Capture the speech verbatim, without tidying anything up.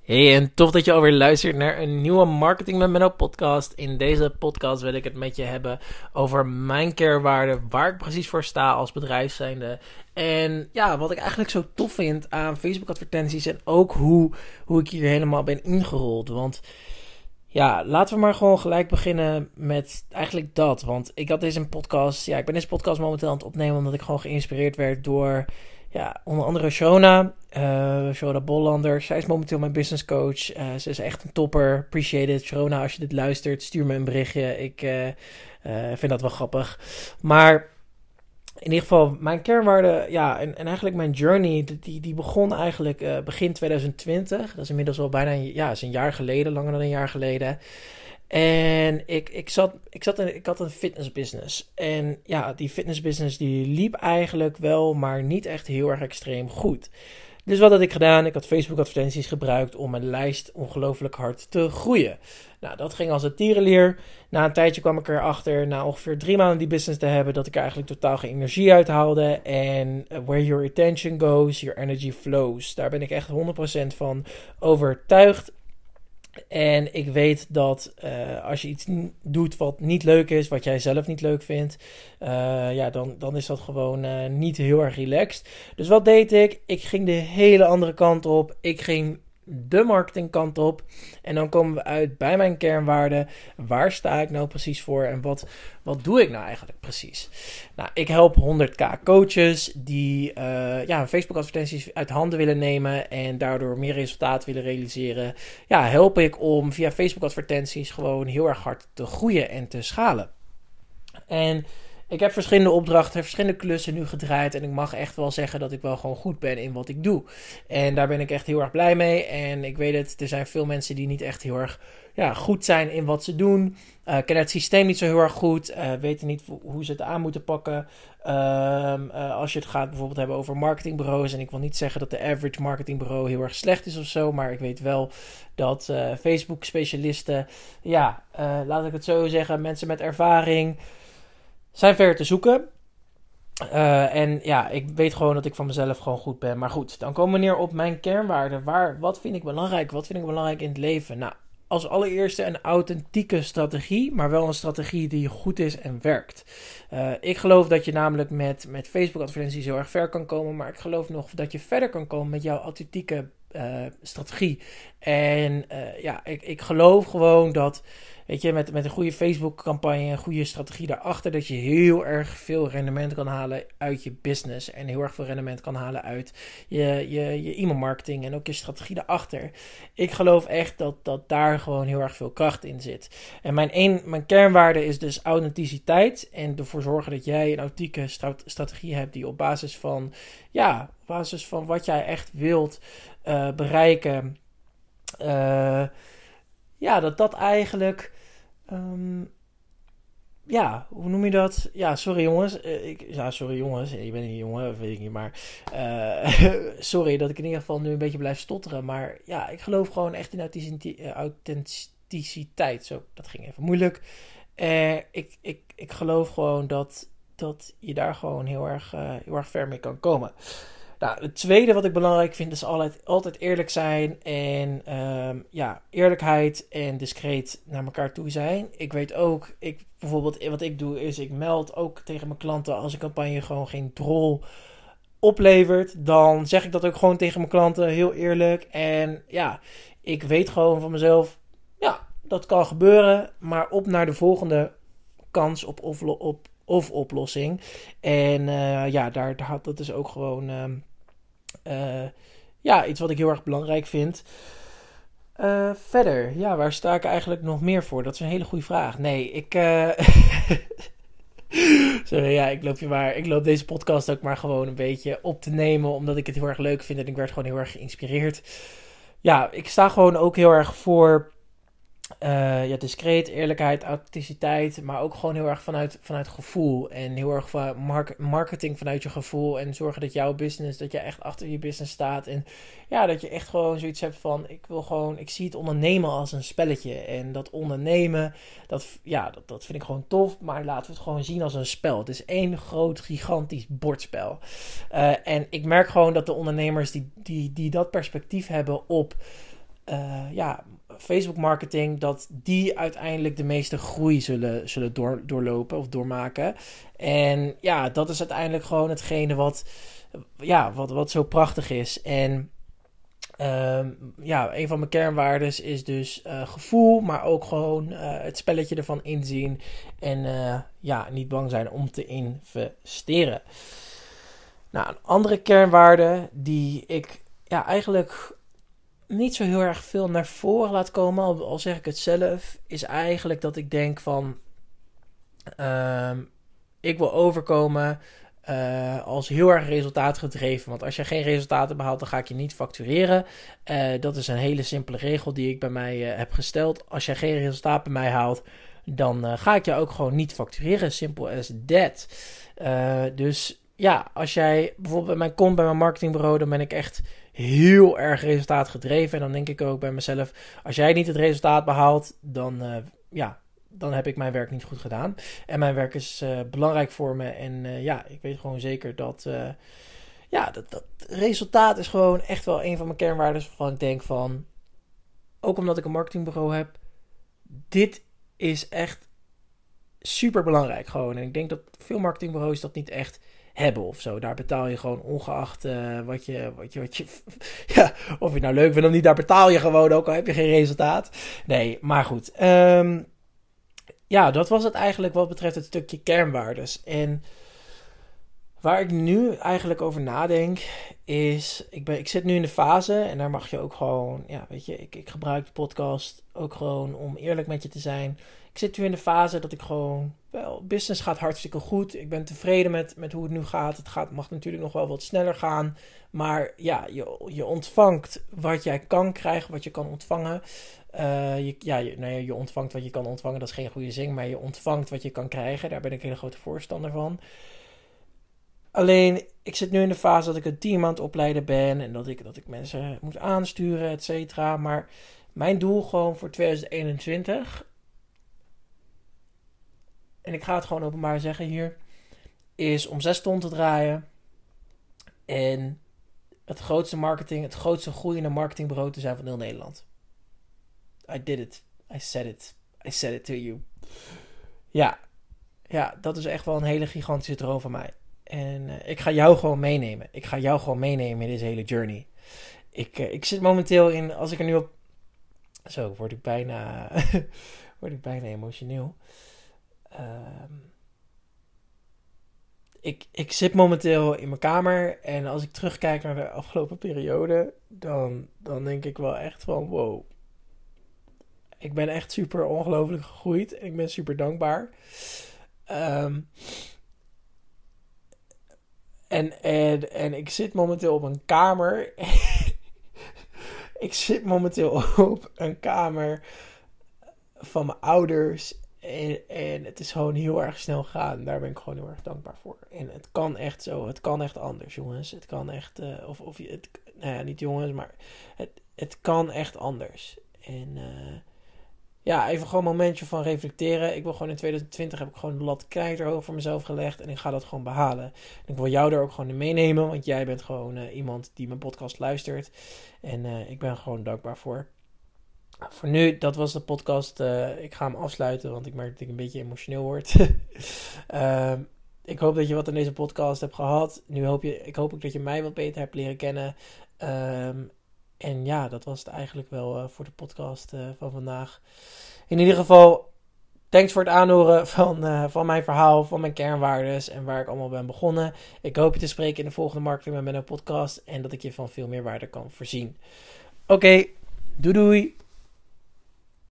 Hey, en tof dat je alweer luistert naar een nieuwe Marketing met Menno podcast. In deze podcast wil ik het met je hebben over mijn kernwaarden, waar ik precies voor sta als bedrijf zijnde. En ja, wat ik eigenlijk zo tof vind aan Facebook advertenties en ook hoe, hoe ik hier helemaal ben ingerold. Want ja, laten we maar gewoon gelijk beginnen met eigenlijk dat. Want ik had deze podcast, ja, ik ben deze podcast momenteel aan het opnemen omdat ik gewoon geïnspireerd werd door... Ja, onder andere Shona, uh, Shona Bollander. Zij is momenteel mijn business coach. Uh, ze is echt een topper. Appreciate it. Shona, als je dit luistert, stuur me een berichtje. Ik uh, uh, vind dat wel grappig. Maar in ieder geval, mijn kernwaarden, ja, en, en eigenlijk mijn journey, die, die begon eigenlijk uh, begin twintig twintig. Dat is inmiddels al bijna een, ja, is een jaar geleden, langer dan een jaar geleden. En ik, ik, zat, ik, zat in, ik had een fitnessbusiness. En ja, die fitnessbusiness die liep eigenlijk wel, maar niet echt heel erg extreem goed. Dus wat had ik gedaan? Ik had Facebook advertenties gebruikt om mijn lijst ongelooflijk hard te groeien. Nou, dat ging als een tierenlier. Na een tijdje kwam ik erachter, na ongeveer drie maanden die business te hebben, dat ik er eigenlijk totaal geen energie uit haalde. En where your attention goes, your energy flows. Daar ben ik echt honderd procent van overtuigd. En ik weet dat uh, als je iets n- doet wat niet leuk is, wat jij zelf niet leuk vindt, uh, ja, dan, dan is dat gewoon uh, niet heel erg relaxed. Dus wat deed ik? Ik ging de hele andere kant op. Ik ging de marketingkant op. En dan komen we uit bij mijn kernwaarden. Waar sta ik nou precies voor en wat, wat doe ik nou eigenlijk precies? Nou, ik help honderd k coaches die uh, ja, Facebook advertenties uit handen willen nemen en daardoor meer resultaat willen realiseren. Ja, help ik om via Facebook advertenties gewoon heel erg hard te groeien en te schalen. En ik heb verschillende opdrachten, verschillende klussen nu gedraaid. En ik mag echt wel zeggen dat ik wel gewoon goed ben in wat ik doe. En daar ben ik echt heel erg blij mee. En ik weet het, er zijn veel mensen die niet echt heel erg ja, goed zijn in wat ze doen. Uh, kennen het systeem niet zo heel erg goed. Uh, weten niet wo- hoe ze het aan moeten pakken. Uh, uh, als je het gaat bijvoorbeeld hebben over marketingbureaus. En ik wil niet zeggen dat de average marketingbureau heel erg slecht is of zo. Maar ik weet wel dat uh, Facebook specialisten, ja, uh, laat ik het zo zeggen, mensen met ervaring zijn ver te zoeken. Uh, en ja, ik weet gewoon dat ik van mezelf gewoon goed ben. Maar goed, dan komen we neer op mijn kernwaarden. Waar, wat vind ik belangrijk? Wat vind ik belangrijk in het leven? Nou, als allereerste een authentieke strategie, maar wel een strategie die goed is en werkt. Uh, ik geloof dat je namelijk met, met Facebook advertenties heel erg ver kan komen, maar ik geloof nog dat je verder kan komen met jouw authentieke uh, strategie. En uh, ja, ik, ik geloof gewoon dat, weet je, met, met een goede Facebook-campagne, een goede strategie daarachter, dat je heel erg veel rendement kan halen uit je business. En heel erg veel rendement kan halen uit je, je, je e-mailmarketing en ook je strategie daarachter. Ik geloof echt dat, dat daar gewoon heel erg veel kracht in zit. En mijn, een, mijn kernwaarde is dus authenticiteit. En ervoor zorgen dat jij een authentieke strat- strategie hebt die op basis van, ja, op basis van wat jij echt wilt uh, bereiken. Uh, ja, dat dat eigenlijk... Um, ja, hoe noem je dat? Ja, sorry jongens. Uh, ik, ja, sorry jongens. Je bent niet een jongen, weet ik niet. Maar uh, sorry dat ik in ieder geval nu een beetje blijf stotteren. Maar ja, ik geloof gewoon echt in authenticiteit. authenticiteit. Zo, dat ging even moeilijk. Uh, ik, ik, ik geloof gewoon dat, dat je daar gewoon heel erg, uh, heel erg ver mee kan komen. Nou, het tweede wat ik belangrijk vind is altijd, altijd eerlijk zijn en um, ja, eerlijkheid en discreet naar elkaar toe zijn. Ik weet ook, ik, bijvoorbeeld wat ik doe is ik meld ook tegen mijn klanten als een campagne gewoon geen drol oplevert. Dan zeg ik dat ook gewoon tegen mijn klanten heel eerlijk. En ja, ik weet gewoon van mezelf, ja, dat kan gebeuren, maar op naar de volgende kans op, op, op of oplossing. En uh, ja, daar, daar, dat is ook gewoon uh, uh, ja, iets wat ik heel erg belangrijk vind. Uh, verder, ja, waar sta ik eigenlijk nog meer voor? Dat is een hele goede vraag. Nee, ik... Uh... Sorry, ja, ik loop je maar. Ik loop deze podcast ook maar gewoon een beetje op te nemen, omdat ik het heel erg leuk vind en ik werd gewoon heel erg geïnspireerd. Ja, ik sta gewoon ook heel erg voor Uh, ja, discreet, eerlijkheid, authenticiteit, maar ook gewoon heel erg vanuit, vanuit gevoel en heel erg van mark- marketing vanuit je gevoel en zorgen dat jouw business, dat je echt achter je business staat en ja, dat je echt gewoon zoiets hebt van, ik wil gewoon, ik zie het ondernemen als een spelletje en dat ondernemen, dat, ja, dat, dat vind ik gewoon tof, maar laten we het gewoon zien als een spel. Het is één groot, gigantisch bordspel. Uh, en ik merk gewoon dat de ondernemers die, die, die dat perspectief hebben op uh, ja, Facebook marketing, dat die uiteindelijk de meeste groei zullen, zullen door, doorlopen of doormaken. En ja, dat is uiteindelijk gewoon hetgene wat, ja, wat, wat zo prachtig is. En Um, ja, een van mijn kernwaardes is dus uh, gevoel, maar ook gewoon uh, het spelletje ervan inzien. En uh, ja, niet bang zijn om te investeren. Nou, een andere kernwaarde die ik ja, eigenlijk niet zo heel erg veel naar voren laat komen, al, al zeg ik het zelf, is eigenlijk dat ik denk van, um, ik wil overkomen Uh, als heel erg resultaatgedreven. Want als je geen resultaten behaalt, dan ga ik je niet factureren. Uh, dat is een hele simpele regel die ik bij mij uh, heb gesteld. Als je geen resultaat bij mij haalt, dan uh, ga ik je ook gewoon niet factureren. Simple as that. Uh, dus ja, als jij bijvoorbeeld bij mij komt, bij mijn marketingbureau, dan ben ik echt heel erg resultaatgedreven. En dan denk ik ook bij mezelf, als jij niet het resultaat behaalt, dan uh, ja... dan heb ik mijn werk niet goed gedaan. En mijn werk is uh, belangrijk voor me. En uh, ja, ik weet gewoon zeker dat... Uh, ja, dat, dat resultaat is gewoon echt wel een van mijn kernwaarden. Waarvan ik denk van... ook omdat ik een marketingbureau heb... dit is echt super belangrijk gewoon. En ik denk dat veel marketingbureaus dat niet echt hebben of zo. Daar betaal je gewoon ongeacht uh, wat, je, wat je... Wat je ja, of je het nou leuk vindt of niet, daar betaal je gewoon. Ook al heb je geen resultaat. Nee, maar goed... Um, Ja, dat was het eigenlijk wat betreft het stukje kernwaardes. En waar ik nu eigenlijk over nadenk is... Ik, ben, ik zit nu in de fase en daar mag je ook gewoon... Ja, weet je, ik, ik gebruik de podcast ook gewoon om eerlijk met je te zijn. Ik zit nu in de fase dat ik gewoon... Wel, business gaat hartstikke goed. Ik ben tevreden met, met hoe het nu gaat. Het gaat, mag natuurlijk nog wel wat sneller gaan. Maar ja, je, je ontvangt wat jij kan krijgen, wat je kan ontvangen... Uh, je, ja, je, nou ja, je ontvangt wat je kan ontvangen, dat is geen goede zin, maar je ontvangt wat je kan krijgen. Daar ben ik een hele grote voorstander van. Alleen, ik zit nu in de fase dat ik een team aan het opleiden ben en dat ik, dat ik mensen moet aansturen, et cetera. Maar mijn doel gewoon voor twintig eenentwintig, en ik ga het gewoon openbaar zeggen hier, is om zes ton te draaien en het grootste marketing, het grootste groeiende marketingbureau te zijn van heel Nederland. I did it. I said it. I said it to you. Ja. Ja, dat is echt wel een hele gigantische droom van mij. En uh, ik ga jou gewoon meenemen. Ik ga jou gewoon meenemen in deze hele journey. Ik, uh, ik zit momenteel in... Als ik er nu op... Zo, word ik bijna... word ik bijna emotioneel. Um, ik, ik zit momenteel in mijn kamer. En als ik terugkijk naar de afgelopen periode... Dan, dan denk ik wel echt van... Wow... Ik ben echt super ongelooflijk gegroeid. En ik ben super dankbaar. Um, en, en, en ik zit momenteel op een kamer. ik zit momenteel op een kamer van mijn ouders. En, en het is gewoon heel erg snel gegaan. Daar ben ik gewoon heel erg dankbaar voor. En het kan echt zo. Het kan echt anders, jongens. Het kan echt... Uh, of, of het, nou ja, niet jongens, maar... Het, het kan echt anders. En... Uh, Ja, even gewoon een momentje van reflecteren. Ik wil gewoon in twintig twintig heb ik gewoon de lat keihard hoog voor mezelf gelegd. En ik ga dat gewoon behalen. En ik wil jou er ook gewoon in meenemen. Want jij bent gewoon uh, iemand die mijn podcast luistert. En uh, ik ben gewoon dankbaar voor. Voor nu, dat was de podcast. Uh, ik ga hem afsluiten, want ik merk dat ik een beetje emotioneel word. uh, ik hoop dat je wat aan deze podcast hebt gehad. Nu hoop je, ik hoop ook dat je mij wat beter hebt leren kennen. Um, En ja, dat was het eigenlijk wel uh, voor de podcast uh, van vandaag. In ieder geval, thanks voor het aanhoren van, uh, van mijn verhaal, van mijn kernwaardes en waar ik allemaal ben begonnen. Ik hoop je te spreken in de volgende Marketing met Menno podcast en dat ik je van veel meer waarde kan voorzien. Oké, okay, doei doei!